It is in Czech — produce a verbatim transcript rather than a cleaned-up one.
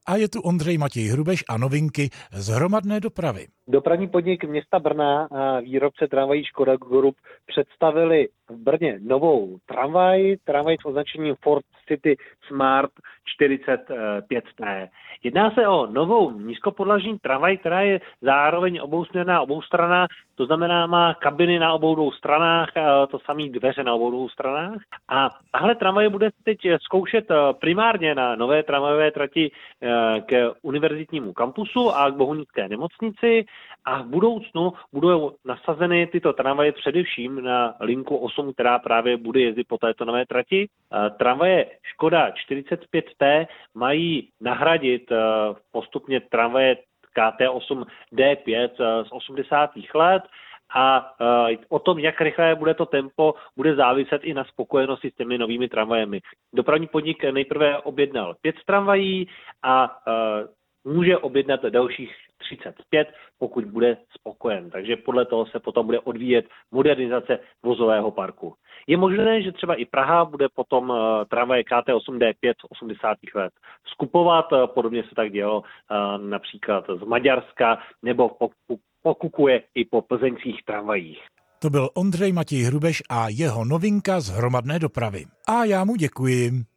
A je tu Ondřej Matěj Hrubeš a novinky z hromadné dopravy. Dopravní podnik města Brna a výrobce tramvají Škoda Group představili v Brně novou tramvaj, tramvaj s označením Ford City Smart čtyřicet pět T. Jedná se o novou nízkopodlažní tramvaj, která je zároveň obousměrná, oboustranná, to znamená má kabiny na obou dvou stranách, to samé dveře na obou dvou stranách. A tahle tramvaj bude teď zkoušet primárně na nové tramvajové trati k univerzitnímu kampusu a k Bohunické nemocnici a v budoucnu budou nasazeny tyto tramvaje především na linku osm, která právě bude jezdit po této nové trati. Tramvaje Škoda čtyřicet pět T mají nahradit postupně tramvaje K T osm D pět z osmdesátých let a o tom, jak rychlé bude to tempo, bude záviset i na spokojenosti s těmi novými tramvajemi. Dopravní podnik nejprve objednal pět tramvají a může objednat dalších třicet pět, pokud bude spokojen. Takže podle toho se potom bude odvíjet modernizace vozového parku. Je možné, že třeba i Praha bude potom tramvaje K T osm D pět z osmdesátých let skupovat. Podobně se tak dělo například z Maďarska nebo pokukuje i po plzeňských tramvajích. To byl Ondřej Matěj Hrubeš a jeho novinka z hromadné dopravy. A já mu děkuji.